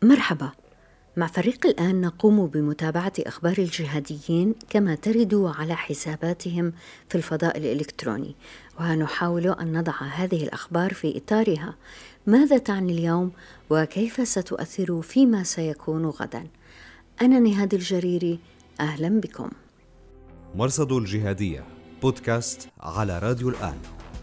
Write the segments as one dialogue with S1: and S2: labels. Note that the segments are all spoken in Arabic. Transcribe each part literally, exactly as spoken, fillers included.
S1: مرحبا. مع فريق الآن نقوم بمتابعة أخبار الجهاديين كما ترد على حساباتهم في الفضاء الإلكتروني، ونحاول أن نضع هذه الأخبار في إطارها. ماذا تعني اليوم وكيف ستؤثر فيما سيكون غدا؟ أنا نهاد الجريري، أهلا بكم.
S2: مرصد الجهادية بودكاست على راديو الآن.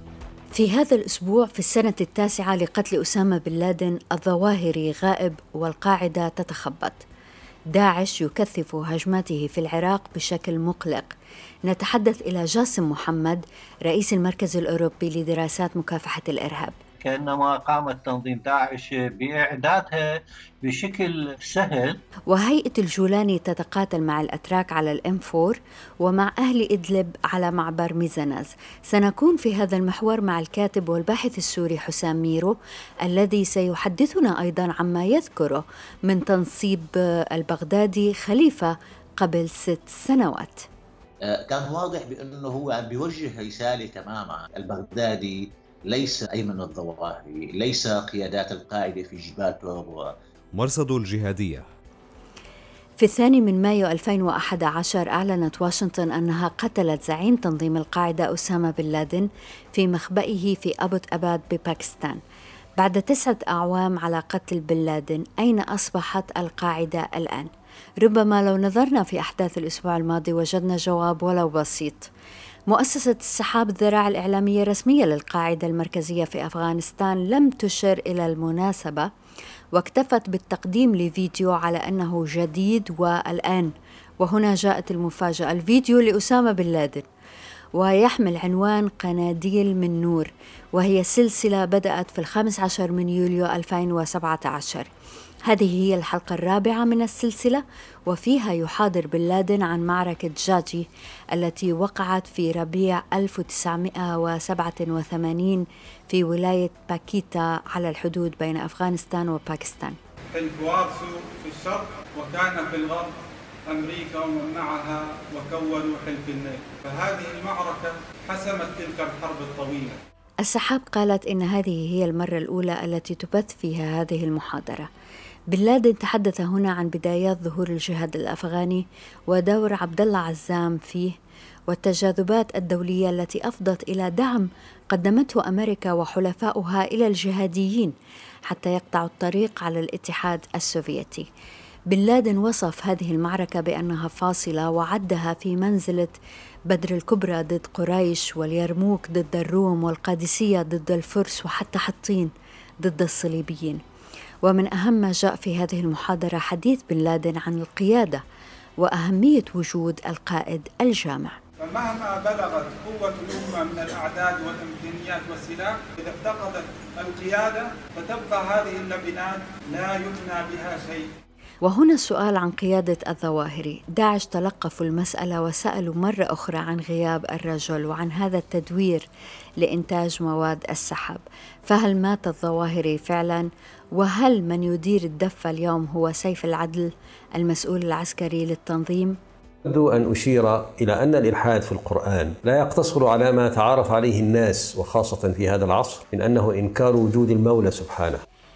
S1: في هذا الأسبوع في السنة التاسعة لقتل أسامة بن لادن، الظواهري غائب والقاعدة تتخبط. داعش يكثف هجماته في العراق بشكل مقلق. نتحدث إلى جاسم محمد، رئيس المركز الأوروبي لدراسات مكافحة الإرهاب.
S3: كأنما قامت تنظيم داعش بإعدادها بشكل سهل.
S1: وهيئة الجولاني تتقاتل مع الأتراك على الإم فور ومع أهل إدلب على معبر ميزاناز. سنكون في هذا المحور مع الكاتب والباحث السوري حسام ميرو، الذي سيحدثنا أيضا عما يذكره من تنصيب البغدادي خليفة قبل ست سنوات.
S4: كان واضح بأنه هو عم بيوجه رسالة تماما. البغدادي ليس أيمن الظواهري، ليس قيادات القاعدة في جبال توربوا.
S2: مرصد الجهادية.
S1: في الثاني من مايو ألفين وأحد عشر أعلنت واشنطن أنها قتلت زعيم تنظيم القاعدة أسامة بن لادن في مخبئه في أبوت أباد بباكستان. بعد تسعة أعوام على قتل بن لادن، أين أصبحت القاعدة الآن؟ ربما لو نظرنا في أحداث الأسبوع الماضي وجدنا جواب ولو بسيط. مؤسسة السحاب، الذراع الإعلامية الرسمية للقاعدة المركزية في أفغانستان، لم تشر إلى المناسبة واكتفت بالتقديم لفيديو على أنه جديد والآن. وهنا جاءت المفاجأة، الفيديو لأسامة بن لادن ويحمل عنوان قناديل من نور، وهي سلسلة بدأت في الخامس عشر من يوليو ألفين وسبعة عشر. هذه هي الحلقة الرابعة من السلسلة، وفيها يحاضر بن لادن عن معركة جاجي التي وقعت في ربيع ألف وتسعمائة وسبعة وثمانين في ولاية باكيتا على الحدود بين أفغانستان وباكستان.
S5: حلف وارسو في الشرق، وكان في الغرب أمريكا ومن معها، وكونوا حلف الناتو. فهذه المعركة حسمت تلك الحرب الطويلة.
S1: السحاب قالت إن هذه هي المرة الأولى التي تبث فيها هذه المحاضرة. بن لادن تحدث هنا عن بدايات ظهور الجهاد الأفغاني ودور عبد الله عزام فيه، والتجاذبات الدولية التي أفضت إلى دعم قدمته أمريكا وحلفاؤها إلى الجهاديين حتى يقطعوا الطريق على الاتحاد السوفيتي. بن لادن وصف هذه المعركة بأنها فاصلة، وعدها في منزلة بدر الكبرى ضد قريش، واليرموك ضد الروم، والقادسية ضد الفرس، وحتى حطين ضد الصليبيين. ومن أهم ما جاء في هذه المحاضرة حديث بن لادن عن القيادة وأهمية وجود القائد الجامع.
S5: فمهما بلغت قوة الأمة من الأعداد والإمكانيات والسلاح، إذا افتقدت القيادة فتبقى هذه اللبنات لا يبنى بها شيء.
S1: وهنا السؤال عن قيادة الظواهري. داعش تلقفوا المسألة وسألوا مرة أخرى عن غياب الرجل وعن هذا التدوير لإنتاج مواد السحاب. فهل مات الظواهري فعلا؟ وهل من يدير الدفة اليوم هو سيف العدل المسؤول العسكري للتنظيم؟
S6: أود أن أشير إلى أن الإلحاد في القرآن لا يقتصر على ما تعارف عليه الناس، وخاصة في هذا العصر، من أنه إنكار وجود المولى سبحانه.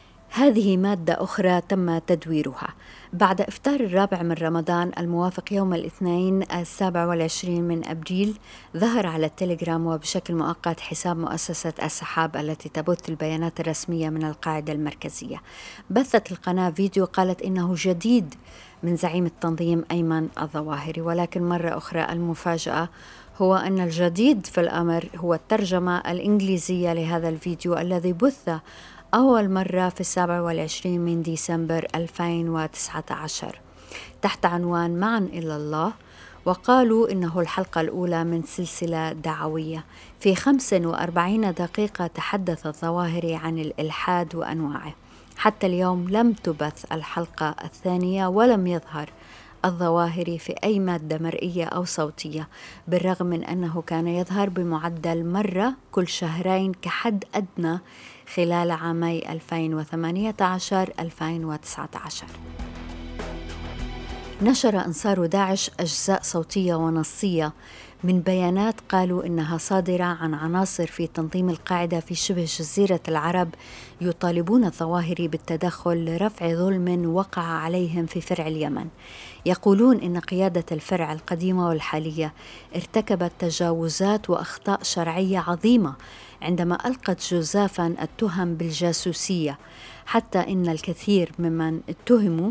S1: هذه مادة أخرى تم تدويرها. بعد إفطار الرابع من رمضان الموافق يوم الاثنين السابع والعشرين من أبريل، ظهر على التليجرام وبشكل مؤقت حساب مؤسسة السحاب التي تبث البيانات الرسمية من القاعدة المركزية. بثت القناة فيديو قالت إنه جديد من زعيم التنظيم أيمن الظواهري، ولكن مرة أخرى المفاجأة هو أن الجديد في الأمر هو الترجمة الإنجليزية لهذا الفيديو الذي بث أول مرة في السابع والعشرين من ديسمبر ألفين وتسعة عشر تحت عنوان معا إلى الله، وقالوا إنه الحلقة الأولى من سلسلة دعوية. في خمس وأربعين دقيقة تحدث الظواهري عن الإلحاد وأنواعه. حتى اليوم لم تبث الحلقة الثانية ولم يظهر الظواهري في أي مادة مرئية أو صوتية، بالرغم من أنه كان يظهر بمعدل مرة كل شهرين كحد أدنى خلال عامي ألفين وثمانية عشر ألفين وتسعة عشر. نشر أنصار داعش أجزاء صوتية ونصية من بيانات قالوا إنها صادرة عن عناصر في تنظيم القاعدة في شبه جزيرة العرب يطالبون الظواهري بالتدخل لرفع ظلم وقع عليهم في فرع اليمن. يقولون إن قيادة الفرع القديمة والحالية ارتكبت تجاوزات وأخطاء شرعية عظيمة عندما ألقت جزافاً التهم بالجاسوسية، حتى إن الكثير ممن اتهموا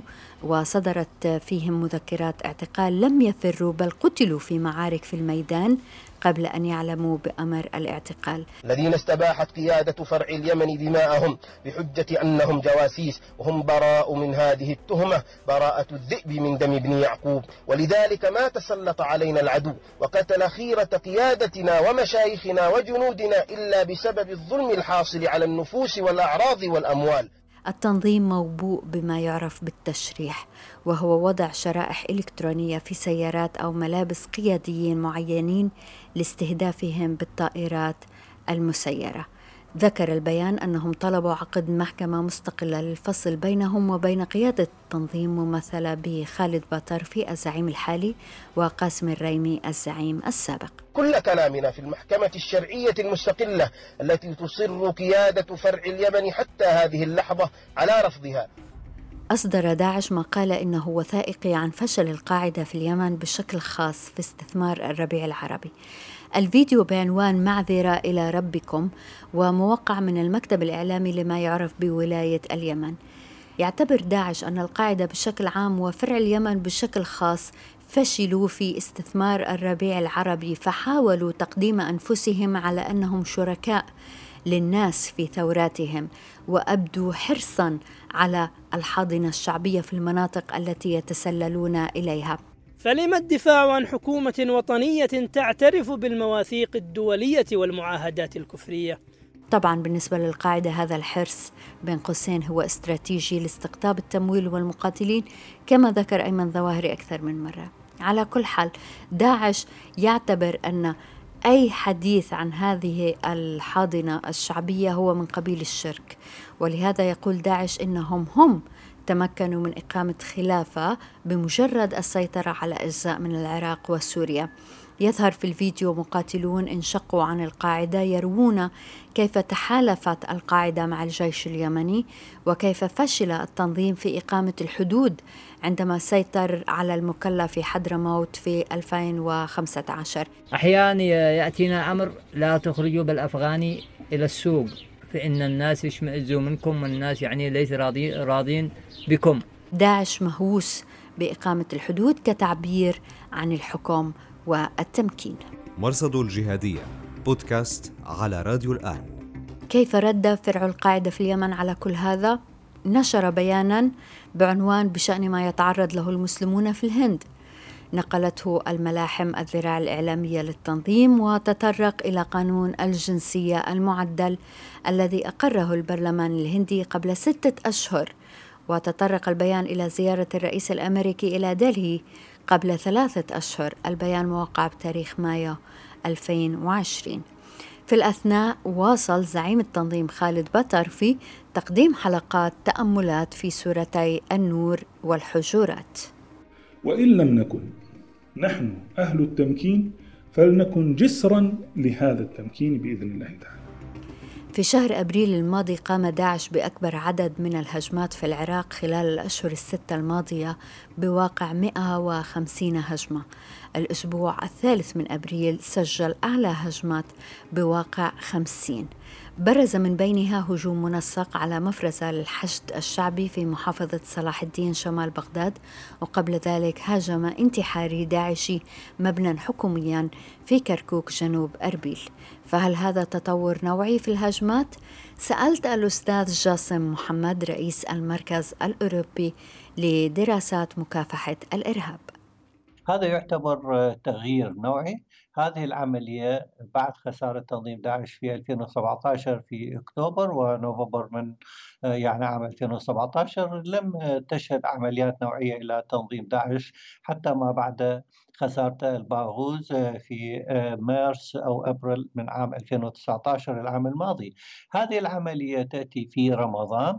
S1: وصدرت فيهم مذكرات اعتقال لم يفروا بل قتلوا في معارك في الميدان قبل أن يعلموا بأمر الاعتقال.
S7: الذين استباحت قيادة فرع اليمن دماءهم بحجة أنهم جواسيس، وهم براء من هذه التهمة براءة الذئب من دم ابن يعقوب، ولذلك ما تسلط علينا العدو وقتل خيرة قيادتنا ومشايخنا وجنودنا إلا بسبب الظلم الحاصل على النفوس والأعراض والأموال.
S1: التنظيم موبوء بما يعرف بالتشريح، وهو وضع شرائح إلكترونية في سيارات أو ملابس قياديين معينين لاستهدافهم بالطائرات المسيرة. ذكر البيان أنهم طلبوا عقد محكمة مستقلة للفصل بينهم وبين قيادة التنظيم ممثلة بخالد بطرفي الزعيم الحالي وقاسم الريمي الزعيم السابق.
S7: كل كلامنا في المحكمة الشرعية المستقلة التي تصر قيادة فرع اليمن حتى هذه اللحظة على رفضها.
S1: أصدر داعش مقال إنه وثائقي عن فشل القاعدة في اليمن بشكل خاص في استثمار الربيع العربي. الفيديو بعنوان معذرة إلى ربكم وموقع من المكتب الإعلامي لما يعرف بولاية اليمن. يعتبر داعش أن القاعدة بشكل عام وفرع اليمن بشكل خاص فشلوا في استثمار الربيع العربي، فحاولوا تقديم أنفسهم على أنهم شركاء للناس في ثوراتهم، وأبدوا حرصاً على الحاضنة الشعبية في المناطق التي يتسللون إليها.
S8: فلما الدفاع عن حكومة وطنية تعترف بالمواثيق الدولية والمعاهدات الكفرية؟
S1: طبعاً بالنسبة للقاعدة هذا الحرص بين قوسين هو استراتيجي لاستقطاب التمويل والمقاتلين، كما ذكر أيمن ظواهري أكثر من مرة. على كل حال، داعش يعتبر أن أي حديث عن هذه الحاضنة الشعبية هو من قبيل الشرك، ولهذا يقول داعش إنهم هم تمكنوا من إقامة خلافة بمجرد السيطرة على أجزاء من العراق وسوريا. يظهر في الفيديو مقاتلون انشقوا عن القاعدة يروون كيف تحالفت القاعدة مع الجيش اليمني وكيف فشل التنظيم في إقامة الحدود عندما سيطر على المكلا في حضرموت في ألفين وخمسة عشر.
S9: أحيانا يأتينا أمر لا تخرجوا بالأفغاني إلى السوق فإن الناس يشمئزوا منكم والناس يعني ليس راضي راضين بكم.
S1: داعش مهووس بإقامة الحدود كتعبير عن الحكم والتمكين.
S2: مرصد الجهادية بودكاست على راديو الآن.
S1: كيف رد فرع القاعدة في اليمن على كل هذا؟ نشر بياناً بعنوان بشأن ما يتعرض له المسلمون في الهند. نقلته الملاحم الذراع الإعلامية للتنظيم وتطرق إلى قانون الجنسية المعدل الذي أقره البرلمان الهندي قبل ستة أشهر، وتطرق البيان إلى زيارة الرئيس الأمريكي إلى دلهي قبل ثلاثة أشهر. البيان موقع بتاريخ مايو ألفين وعشرين. في الأثناء واصل زعيم التنظيم خالد بطرفي تقديم حلقات تأملات في سورتي النور والحجرات.
S10: وإن لم نكن نحن أهل التمكين فلنكن جسرا لهذا التمكين بإذن الله تعالى.
S1: في شهر أبريل الماضي قام داعش بأكبر عدد من الهجمات في العراق خلال الأشهر الستة الماضية بواقع مئة وخمسين هجمة. الأسبوع الثالث من أبريل سجل أعلى هجمات بواقع خمسين، برز من بينها هجوم منسق على مفرزة للحشد الشعبي في محافظة صلاح الدين شمال بغداد، وقبل ذلك هاجم انتحاري داعشي مبنى حكوميا في كركوك جنوب أربيل. فهل هذا تطور نوعي في الهجمات؟ سألت الأستاذ جاسم محمد رئيس المركز الأوروبي لدراسات مكافحة الإرهاب.
S3: هذا يعتبر تغيير نوعي. هذه العملية بعد خسارة تنظيم داعش في ألفين وسبعة عشر في أكتوبر ونوفمبر من يعني عام ألفين وسبعة عشر لم تشهد عمليات نوعية إلى تنظيم داعش حتى ما بعد خسارة الباغوز في مارس أو أبريل من عام ألفين وتسعة عشر العام الماضي. هذه العملية تأتي في رمضان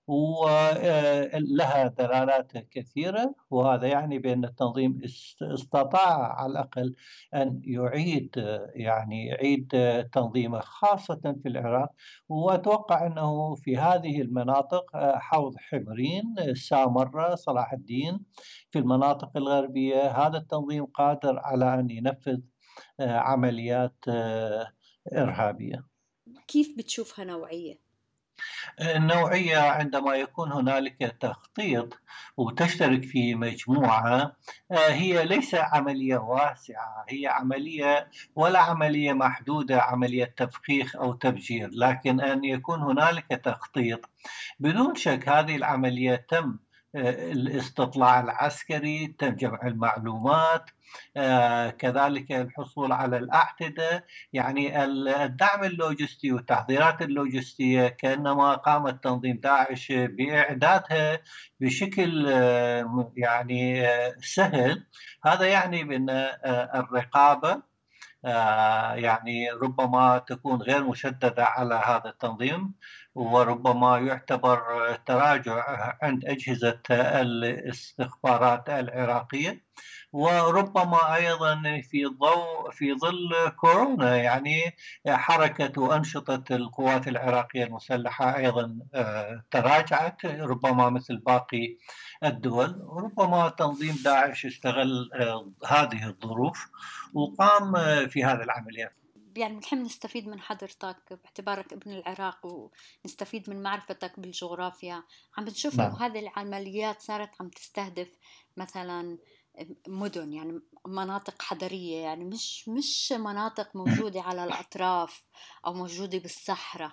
S3: ولها دلالات كثيرة، وهذا يعني بأن التنظيم استطاع على الأقل أن يعيد يعني يعيد تنظيمه خاصة في العراق، وأتوقع أنه في هذه المناطق حوض حمرين، سامرة، صلاح الدين، في المناطق الغربية هذا التنظيم قادر على أن ينفذ عمليات إرهابية.
S1: كيف بتشوفها نوعية؟
S3: النوعية عندما يكون هنالك تخطيط وتشترك في مجموعة، هي ليس عملية واسعة، هي عملية ولا عملية محدودة، عملية تفخيخ أو تفجير، لكن أن يكون هنالك تخطيط بدون شك. هذه العملية تم الاستطلاع العسكري، تم جمع المعلومات، آه كذلك الحصول على الأحدثة، يعني الدعم اللوجستي والتحضيرات اللوجستية كأنما قامت تنظيم داعش بإعدادها بشكل آه يعني آه سهل. هذا يعني بأن آه الرقابة آه يعني ربما تكون غير مشددة على هذا التنظيم، وربما يعتبر تراجع عند أجهزة الاستخبارات العراقية، وربما أيضا في ضوء في ظل كورونا يعني حركة وأنشطة القوات العراقية المسلحة أيضا تراجعت ربما مثل باقي الدول. ربما تنظيم داعش استغل هذه الظروف وقام في هذه العمليات.
S1: يعني بنحب نستفيد من حضرتك باعتبارك ابن العراق، ونستفيد من معرفتك بالجغرافيا. عم بنشوف
S3: نعم.
S1: إنه هذه العمليات صارت عم تستهدف مثلا مدن، يعني مناطق حضرية، يعني مش مش مناطق موجودة على الأطراف أو موجودة بالصحراء.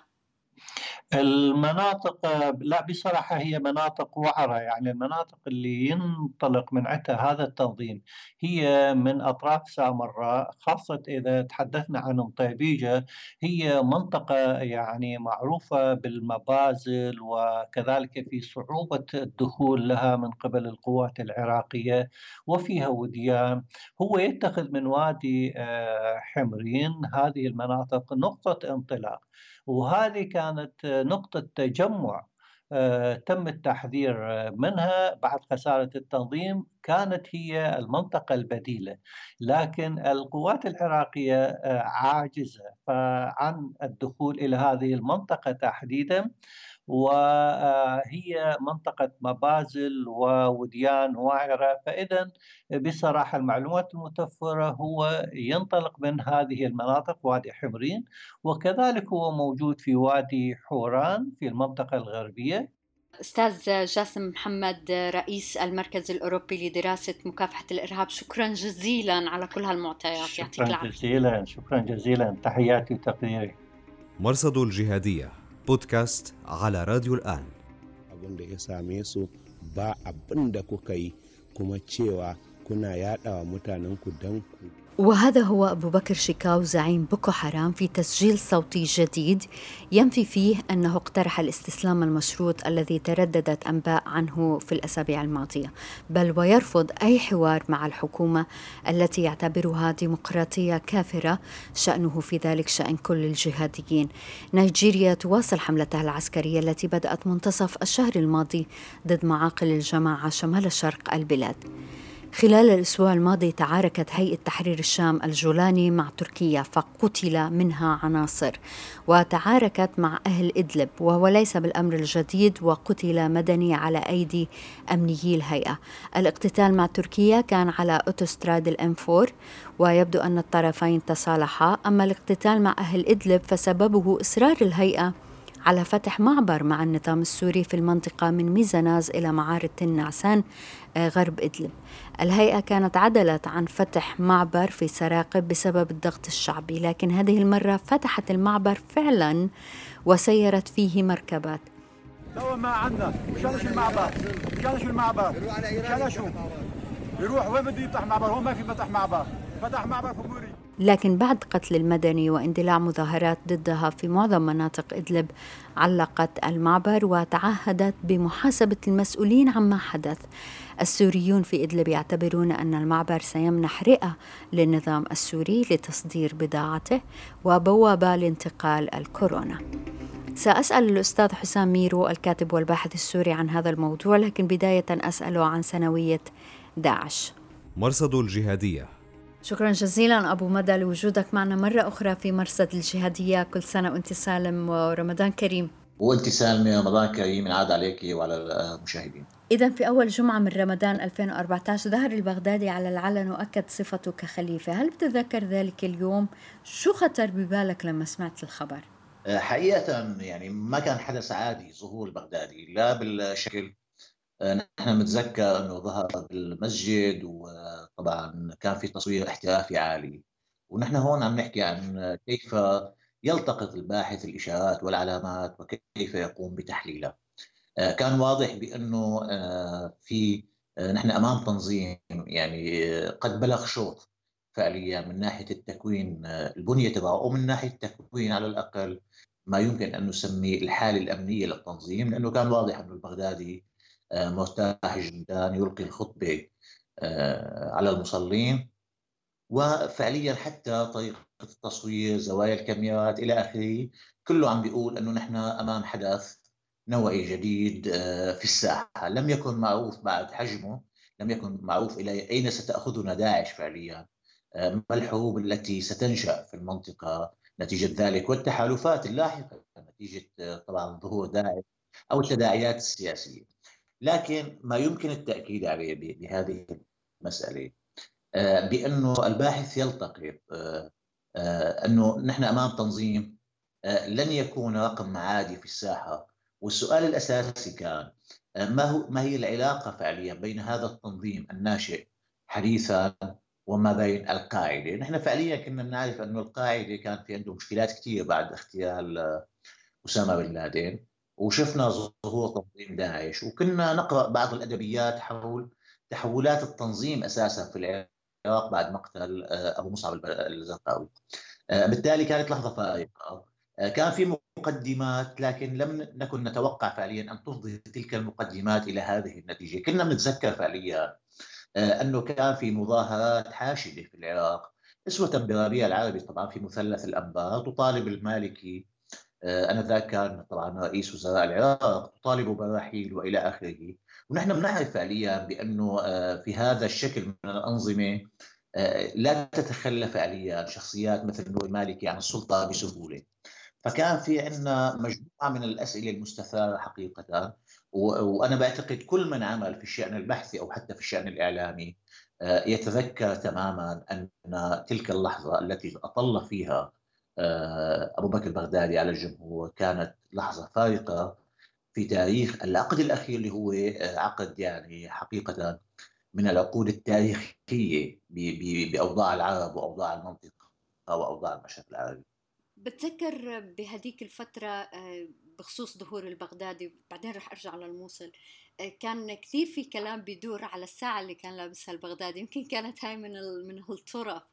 S3: المناطق لا بصراحة هي مناطق وعرة، يعني المناطق اللي ينطلق من عندها هذا التنظيم هي من أطراف سامراء، خاصة إذا تحدثنا عن مطيبيجة. هي منطقة يعني معروفة بالمبازل، وكذلك في صعوبة الدخول لها من قبل القوات العراقية، وفيها وديان. هو يتخذ من وادي حمرين هذه المناطق نقطة انطلاق، وهذه كانت نقطة تجمع تم التحذير منها بعد خسارة التنظيم. كانت هي المنطقة البديلة، لكن القوات العراقية عاجزة عن الدخول إلى هذه المنطقة تحديدا، وهي منطقة مبازل ووديان وعرة. فإذا بصراحة المعلومات المتوفرة هو ينطلق من هذه المناطق، وادي حمرين، وكذلك هو موجود في وادي حوران في المنطقة الغربية.
S1: أستاذ جاسم محمد، رئيس المركز الأوروبي لدراسة مكافحة الإرهاب، شكرا جزيلا على كل هالمعطيات. يعطيك العافية.
S3: شكرا جزيلا، شكرا جزيلا، تحياتي وتقديري.
S2: مرصد الجهادية بودكاست على راديو الآن.
S11: abin da ya same su ba abin da kuka yi, kuma cewa kuna yaɗawa mutanenku don ku.
S1: وهذا هو أبو بكر شيكاو زعيم بوكو حرام في تسجيل صوتي جديد ينفي فيه أنه اقترح الاستسلام المشروط الذي ترددت أنباء عنه في الأسابيع الماضية، بل ويرفض أي حوار مع الحكومة التي يعتبرها ديمقراطية كافرة، شأنه في ذلك شأن كل الجهاديين. نيجيريا تواصل حملتها العسكرية التي بدأت منتصف الشهر الماضي ضد معاقل الجماعة شمال شرق البلاد. خلال الأسبوع الماضي تعاركت هيئة تحرير الشام الجولاني مع تركيا فقتل منها عناصر، وتعاركت مع أهل إدلب، وهو ليس بالأمر الجديد، وقتل مدني على أيدي أمنيي الهيئة. الاقتتال مع تركيا كان على أوتوستراد الإم فور، ويبدو أن الطرفين تصالحا. أما الاقتتال مع أهل إدلب فسببه إصرار الهيئة على فتح معبر مع النظام السوري في المنطقة من ميزاناز إلى معارة النعسان غرب إدلب. الهيئة كانت عدلت عن فتح معبر في سراقب بسبب الضغط الشعبي، لكن هذه المرة فتحت المعبر فعلا وسيرت فيه مركبات.
S12: تو ما عندنا شلش المعبر، شلش المعبر، شلشوا يروح وين بده يفتح معبر؟ هون ما في فتح معبر، فتح معبر فموري. لكن
S1: بعد قتل المدني واندلاع مظاهرات ضدها في معظم مناطق إدلب، علقت المعبر وتعهدت بمحاسبة المسؤولين عما حدث. السوريون في إدلب يعتبرون أن المعبر سيمنح رئة للنظام السوري لتصدير بضاعته وبوابة لانتقال الكورونا. سأسأل الأستاذ حسام ميرو الكاتب والباحث السوري عن هذا الموضوع، لكن بداية أسأله عن سنوية داعش.
S2: مرصد الجهادية
S1: شكرا جزيلا أبو مدى لوجودك معنا مرة أخرى في مرصد الجهادية. كل سنة وأنت سالم ورمضان كريم.
S4: وأنت سالمة، رمضان كريم ينعاد عليك وعلى المشاهدين.
S1: إذا في أول جمعة من رمضان ألفين وأربعة عشر ظهر البغدادي على العلن وأكد صفته كخليفة. هل بتتذكر ذلك اليوم؟ شو خطر ببالك لما سمعت الخبر؟
S4: حقيقة يعني ما كان حدث عادي ظهور البغدادي، لا بالشكل. نحن نتذكر أنه ظهر بالمسجد، وطبعا كان في تصوير احترافي عالي، ونحن هون عم نحكي عن كيف يلتقط الباحث الإشارات والعلامات وكيف يقوم بتحليلها. كان واضح بأنه في نحن أمام تنظيم يعني قد بلغ شوط فعليا من ناحية التكوين البنية تبعه، أو من ناحية التكوين على الأقل ما يمكن أن نسميه الحالة الأمنية للتنظيم، لأنه كان واضح أن البغدادي مرتاح جدا يلقي الخطبة على المصلين، وفعليا حتى طريقة التصوير، زوايا الكاميرات إلى آخره، كله عم بيقول أنه نحن أمام حدث نوعي جديد في الساحة. لم يكن معروف بعد حجمه، لم يكن معروف إلى أين ستأخذنا داعش فعليا، ما الحروب التي ستنشأ في المنطقة نتيجة ذلك، والتحالفات اللاحقة نتيجة طبعا ظهور داعش أو التداعيات السياسية. لكن ما يمكن التأكيد عليه بهذه المسألة بأنه الباحث يلتقط أنه نحن أمام تنظيم لن يكون رقم عادي في الساحة. والسؤال الأساسي كان ما هو ما هي العلاقة فعليا بين هذا التنظيم الناشئ حديثا وما بين القاعدة. نحن فعليا كنا نعرف أنه القاعدة كان في عنده مشكلات كثير بعد اغتيال أسامة بن لادن، وشفنا ظهور تنظيم داعش، وكنا نقرأ بعض الأدبيات حول تحولات التنظيم أساسا في العراق بعد مقتل أبو مصعب الزرقاوي. بالتالي كانت لحظة فارقة، كان في مقدمات لكن لم نكن نتوقع فعليا أن تفضي تلك المقدمات إلى هذه النتيجة. كنا بنتذكر فعليا أنه كان في مظاهرات حاشدة في العراق أسوة بربيع العربي طبعا في مثلث الأنبار، تطالب المالكي آنذاك كان طبعا رئيس وزراء العراق تطالب برحيل والى اخره. ونحن بنعرف فعليا بانه في هذا الشكل من الانظمه لا تتخلى فعليا شخصيات مثل نور المالكي عن السلطه بسهوله. فكان في عندنا مجموعه من الاسئله المستثاره حقيقه، وانا بعتقد كل من عمل في الشان البحثي او حتى في الشان الاعلامي يتذكر تماما ان تلك اللحظه التي اطل فيها أبو بكر البغدادي على الجمهور كانت لحظة فارقة في تاريخ العقد الأخير، اللي هو عقد يعني حقيقة من العقود التاريخية بأوضاع العرب وأوضاع المنطقة وأوضاع المشرق العربي.
S1: بتذكر بهديك الفترة بخصوص ظهور البغدادي، بعدين رح أرجع للموصل، كان كثير في كلام بيدور على الساعة اللي كان لابسها البغدادي. يمكن كانت هاي من من هالطرف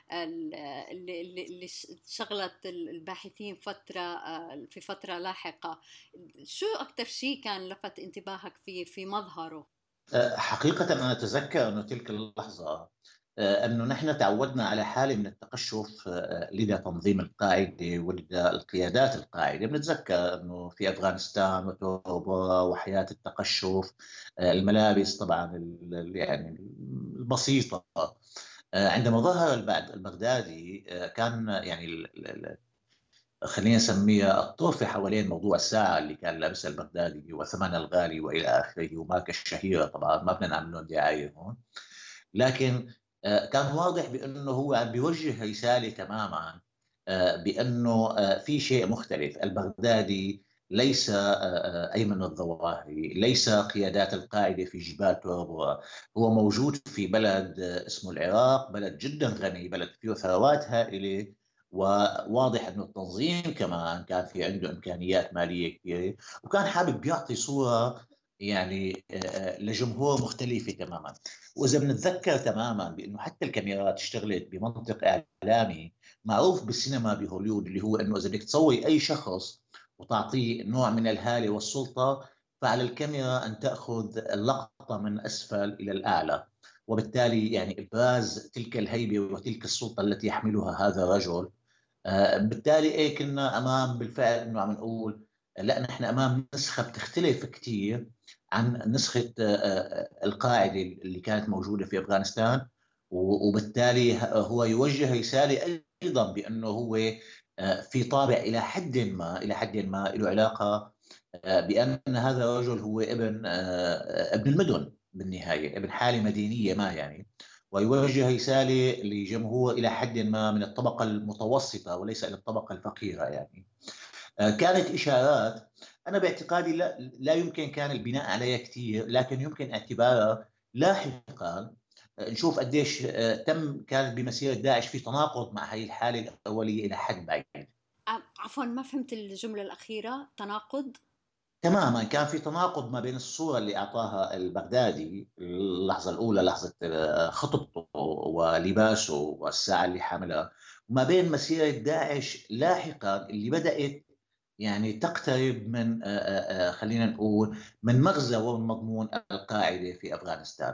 S1: اللي اللي شغلت الباحثين فترة في فترة لاحقة. شو أكثر شيء كان لفت انتباهك في في مظهره؟
S4: حقيقة أنا أتذكر أنه تلك اللحظة أنه نحن تعودنا على حالة من التقشف لدى تنظيم القاعدة ولدى القيادات القاعدة. بنتذكر أنه في أفغانستان وتوبا وحياة التقشف، الملابس طبعا يعني البسيطة. عندما ظهر البغدادي كان يعني خلينا نسميها الطرف حوالين موضوع الساعة اللي كان لابسها البغدادي وثمنها الغالي وإلى آخره، وماركة الشهيرة طبعا ما بدنا نعمل لهم دعاية هون. لكن كان واضح بأنه هو عم بيوجه رسالة تماما بأنه في شيء مختلف. البغدادي ليس أيمن الظواهري، ليس قيادات القاعدة في جبال توربوا، هو موجود في بلد اسمه العراق، بلد جدا غني، بلد فيه ثروات هائلة، وواضح أنه التنظيم كمان كان في عنده إمكانيات مالية كبيرة، وكان حابب يعطي صورة يعني لجمهور مختلفة تماما. وإذا بنتذكر تماما بأنه حتى الكاميرات اشتغلت بمنطق إعلامي معروف بالسينما بهوليود، اللي هو أنه إذا بدك تسوي أي شخص وتعطيه نوع من الهالة والسلطة، فعلى الكاميرا أن تأخذ اللقطة من أسفل إلى الأعلى، وبالتالي يعني إبراز تلك الهيبة وتلك السلطة التي يحملها هذا الرجل. بالتالي إيه كنا أمام بالفعل أنه عم نقول لا، نحن أمام نسخة بتختلف كتير عن نسخة القاعدة اللي كانت موجودة في أفغانستان، وبالتالي هو يوجه رسالة أيضا بأنه هو في طابع إلى حد ما إلى حد ما له علاقة بأن هذا الرجل هو ابن ابن المدن بالنهاية، ابن حالة مدينية ما يعني، ويوجه رسالة لجمهور إلى حد ما من الطبقة المتوسطة وليس إلى الطبقة الفقيرة يعني. كانت إشارات أنا باعتقادي لا, لا يمكن كان البناء عليها كثير، لكن يمكن اعتبارها لاحقا نشوف قديش تم كانت بمسيرة داعش في تناقض مع هذه الحالة الأولية إلى حد بعيد.
S1: عفوا ما فهمت الجملة الأخيرة. تناقض
S4: تماما، كان في تناقض ما بين الصورة اللي أعطاها البغدادي اللحظة الأولى لحظة خطبته ولباسه والساعة اللي حاملها، وما بين مسيرة داعش لاحقا اللي بدأت يعني تقترب من خلينا نقول من مغزى ومن مضمون القاعدة في أفغانستان.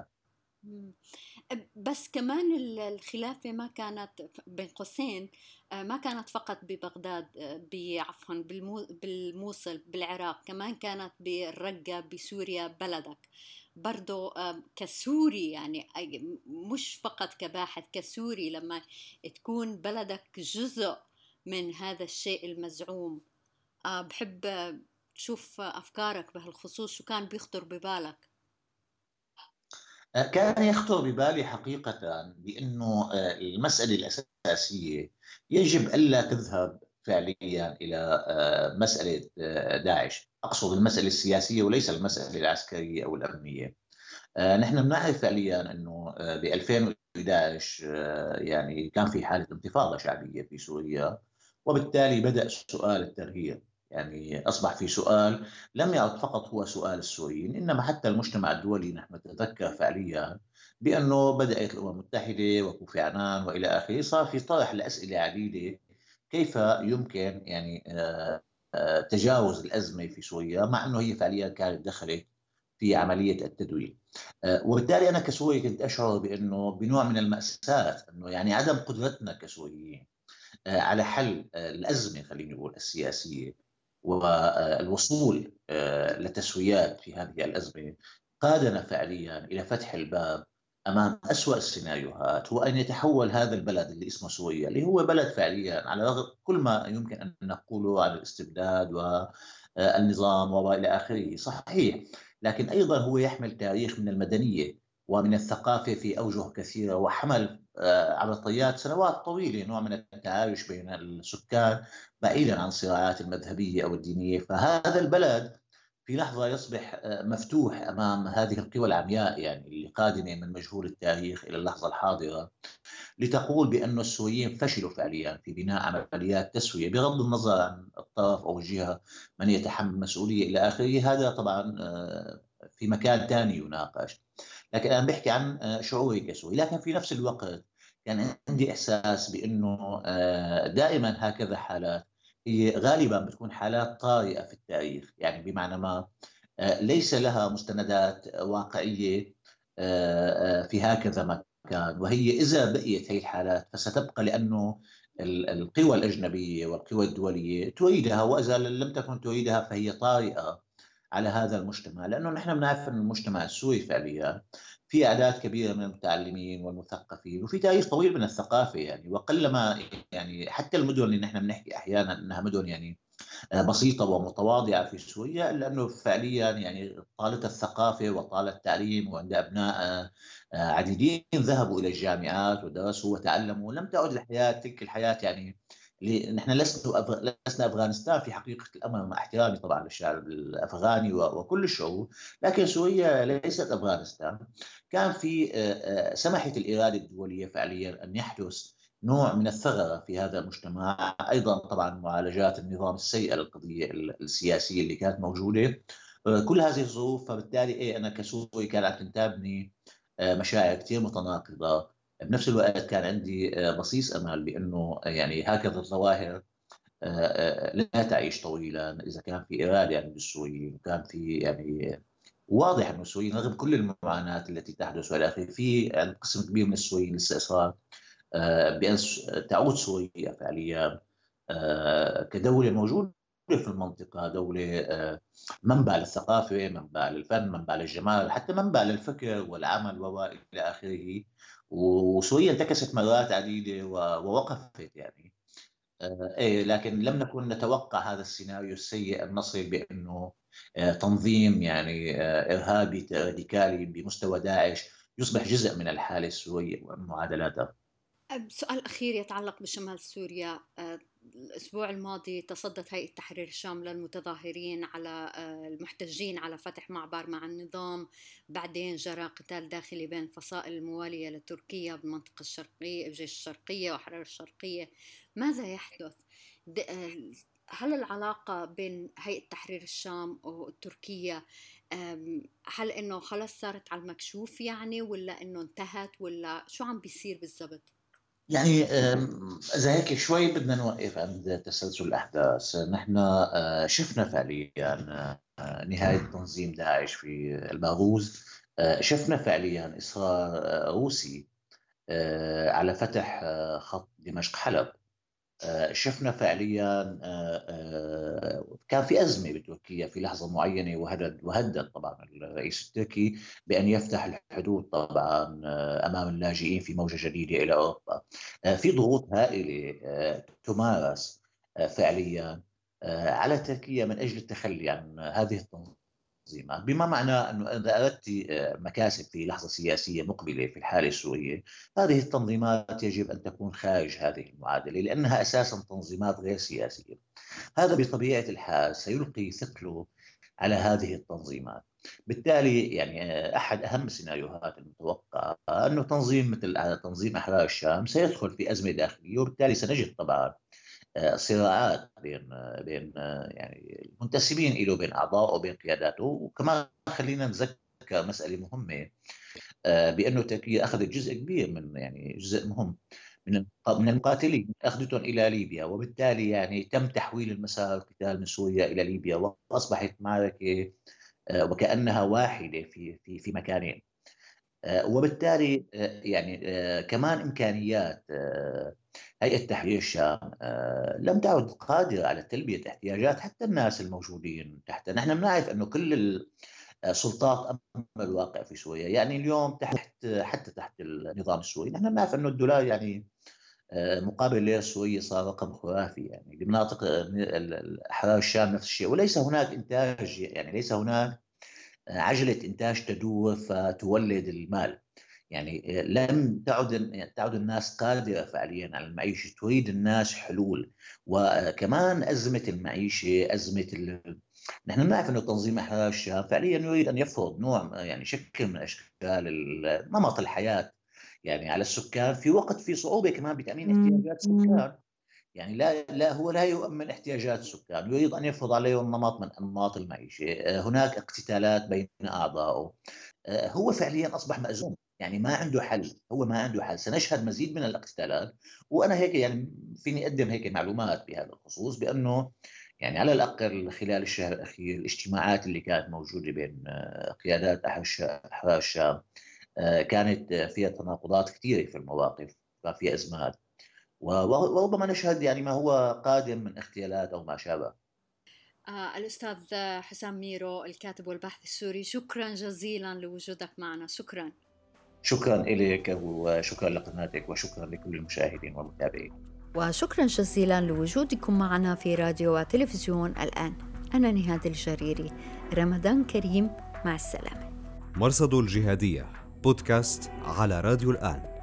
S1: بس كمان الخلافة ما كانت بين قوسين ما كانت فقط ببغداد عفوا بالموصل بالعراق، كمان كانت بالرقة بسوريا بلدك برضو كسوري، يعني مش فقط كباحث، كسوري لما تكون بلدك جزء من هذا الشيء المزعوم. بحب تشوف أفكارك بهالخصوص، شو كان بيخطر ببالك؟
S4: كان يخطر ببالي حقيقة بأنه المسألة الأساسية يجب ألا تذهب فعليا إلى مسألة داعش، أقصد المسألة السياسية وليس المسألة العسكرية أو الأمنية. نحن بنعرف فعليا أنه ب ألفين وإحدى عشر يعني كان في حالة انتفاضة شعبية في سوريا، وبالتالي بدأ سؤال الترهيب، يعني أصبح في سؤال لم يعد فقط هو سؤال السوريين، إنما حتى المجتمع الدولي. نحن نتذكر فعليا بأنه بدأت الأمم المتحدة وكوفي عنان وإلى آخره، صار في طرح لأسئلة عديدة كيف يمكن يعني تجاوز الأزمة في سوريا، مع أنه هي فعليا كانت دخلت في عملية التدويل. وبالتالي أنا كسوري كنت أشعر بأنه بنوع من المأساة، أنه يعني عدم قدرتنا كسوريين على حل الأزمة خلينا نقول السياسية والوصول لتسويات في هذه الأزمة قادنا فعليا إلى فتح الباب أمام أسوأ السيناريوهات، وأن يتحول هذا البلد اللي اسمه سوريا، اللي هو بلد فعليا على رغم كل ما يمكن أن نقوله عن الاستبداد والنظام وإلى آخره صحيح، لكن أيضا هو يحمل تاريخ من المدنية ومن الثقافة في أوجه كثيرة، وحمل على طيات سنوات طويلة نوع من التعايش بين السكان بعيدا عن الصراعات المذهبية أو الدينية. فهذا البلد في لحظة يصبح مفتوح أمام هذه القوى العمياء يعني اللي قادمة من مجهول التاريخ إلى اللحظة الحاضرة لتقول بأن السوريين فشلوا فعليا في بناء عمليات تسوية بغض النظر عن الطرف أو الجهة من يتحمل مسؤولية إلى آخره. هذا طبعا في مكان ثاني يناقش، لكن أنا بحكي عن شعوري كسوري. لكن في نفس الوقت كان عندي إحساس بأنه دائما هكذا حالات هي غالبا بتكون حالات طارئة في التاريخ، يعني بمعنى ما ليس لها مستندات واقعية في هكذا مكان، وهي إذا بقيت هي الحالات فستبقى لأنه القوى الأجنبية والقوى الدولية تريدها، وإذا لم تكن تريدها فهي طارئة على هذا المجتمع. لأنه نحن بنعرف أن المجتمع السوري فعليا في أعداد كبيرة من المتعلمين والمثقفين وفي تاريخ طويل من الثقافة يعني، وقلما يعني حتى المدن اللي نحن بنحكي أحيانا أنها مدن يعني بسيطة ومتواضعة في سوريا، إلا أنه فعليا يعني طالت الثقافة وطال التعليم، وعند أبناء عديدين ذهبوا إلى الجامعات ودرسوا وتعلموا، ولم تعد الحياة تلك الحياة يعني. نحن لسنا أفغ... لسنا أفغانستان في حقيقة الأمر، مع احترامي طبعا للشعب الأفغاني و... وكل الشعوب، لكن سوريا ليست أفغانستان. كان في سمحت الإرادة الدولية فعليا أن يحدث نوع من الثغرة في هذا المجتمع، أيضا طبعا معالجات النظام السيئة للقضية السياسية اللي كانت موجودة، كل هذه الظروف. فبالتالي إيه أنا كسوري كان عم تنتابني مشاعر كثير متناقضة. بنفس الوقت كان عندي بصيص أمل بأنه يعني هكذا الظواهر لا تعيش طويلا إذا كان في إرادة عند السوريين، وكان في يعني واضح أن السوريين رغم كل المعاناة التي تحدث والى آخره، في قسم كبير من السوريين لسه إصرار بأن تعود سوريا فعليا كدولة موجودة في المنطقة، دولة منبع للثقافة، منبع للفن، منبع للجمال، حتى منبع للفكر والعمل وإلى آخره. وسوريا انتكست مرات عديدة ووقفت يعني. إيه لكن لم نكن نتوقع هذا السيناريو السيء النصل بأنه تنظيم يعني إرهابي راديكالي بمستوى داعش يصبح جزء من الحالة السورية ومعادلاتها.
S1: سؤال أخير يتعلق بشمال سوريا. الأسبوع الماضي تصدت هيئة تحرير الشام للمتظاهرين على المحتجين على فتح معبر مع النظام، بعدين جرى قتال داخلي بين الفصائل الموالية لتركيا بالمنطقة الشرقية، بجيش الشرقية وحرير الشرقية. ماذا يحدث؟ هل العلاقة بين هيئة تحرير الشام وتركيا هل إنه خلاص صارت على المكشوف يعني، ولا إنه انتهت، ولا شو عم بيصير بالضبط؟
S4: يعني إذا هيك شوي بدنا نوقف عند تسلسل الأحداث. نحن شفنا فعليا نهاية تنظيم داعش في الباغوز، شفنا فعليا إصرار روسي على فتح خط دمشق حلب، شفنا فعليا كان في أزمة بتركيا في لحظة معينة، وهدد وهدد طبعا الرئيس التركي بأن يفتح الحدود طبعا أمام اللاجئين في موجة جديدة إلى أوروبا. في ضغوط هائلة تمارس فعليا على تركيا من أجل التخلي عن هذه التنظيمات، بما معناه أنه إذا أردت مكاسب في لحظة سياسية مقبلة في الحالة السورية، هذه التنظيمات يجب أن تكون خارج هذه المعادلة، لأنها أساساً تنظيمات غير سياسية. هذا بطبيعة الحال سيلقي ثقله على هذه التنظيمات. بالتالي يعني أحد أهم السيناريوهات المتوقعة أنه تنظيم مثل تنظيم أحرار الشام سيدخل في أزمة داخلية، وبالتالي سنجد طبعاً صراعات بين بين يعني المنتسبين له، بين اعضائه وبين قياداته. وكمان خلينا نذكر مساله مهمه، بانه تركيا اخذت جزء كبير من يعني جزء مهم من من المقاتلين، اخذتهم الى ليبيا، وبالتالي يعني تم تحويل المسار القتال من سوريا الى ليبيا، واصبحت معركه وكانها واحده في في في مكانين. وبالتالي يعني كمان إمكانيات هيئة تحرير الشام لم تعد قادرة على تلبية احتياجات حتى الناس الموجودين تحت. نحن بنعرف أنه كل السلطات أمام الواقع في سوريا، يعني اليوم تحت حتى تحت النظام السوري نحن بنعرف أنه الدولار يعني مقابل الليرة السورية صار رقم خرافي. يعني بمناطق أحرار الشام نفس الشيء، وليس هناك إنتاج، يعني ليس هناك عجلة إنتاج تدور فتولد المال. يعني لم تعد تعد الناس قادرة فعليا على المعيشة، تريد الناس حلول. وكمان أزمة المعيشة، أزمة ال... نحن نعرف أنه تنظيم أحرار الشام فعليا يريد أن يفرض نوع يعني شكل من أشكال نمط الحياة يعني على السكان، في وقت في صعوبة كمان بتأمين احتياجات السكان. يعني لا لا هو لا يؤمن احتياجات السكان، يريد أن يفرض عليهم نمط من أنماط المعيشة. هناك اقتتالات بين أعضائه. هو فعليا أصبح مأزوم، يعني ما عنده حل، هو ما عنده حل. سنشهد مزيد من الاقتتالات. وأنا هيك يعني فيني أقدم هيك معلومات بهذا الخصوص، بأنه يعني على الأقل خلال الشهر الأخير الاجتماعات اللي كانت موجودة بين قيادات أحرار الشام كانت فيها تناقضات كثيرة في المواقف، كان فيها أزمات، وربما نشهد يعني ما هو قادم من اغتيالات أو ما شابه.
S1: آه الأستاذ حسام ميرو الكاتب والباحث السوري، شكرا جزيلا لوجودك معنا. شكرا.
S4: شكرا إليك وشكرا لقناتك وشكرا لكل المشاهدين والمتابعين.
S1: وشكرا جزيلا لوجودكم معنا في راديو وتلفزيون الآن. أنا نهاد الجريري. رمضان كريم، مع السلامة.
S2: مرصد الجهادية بودكاست على راديو الآن.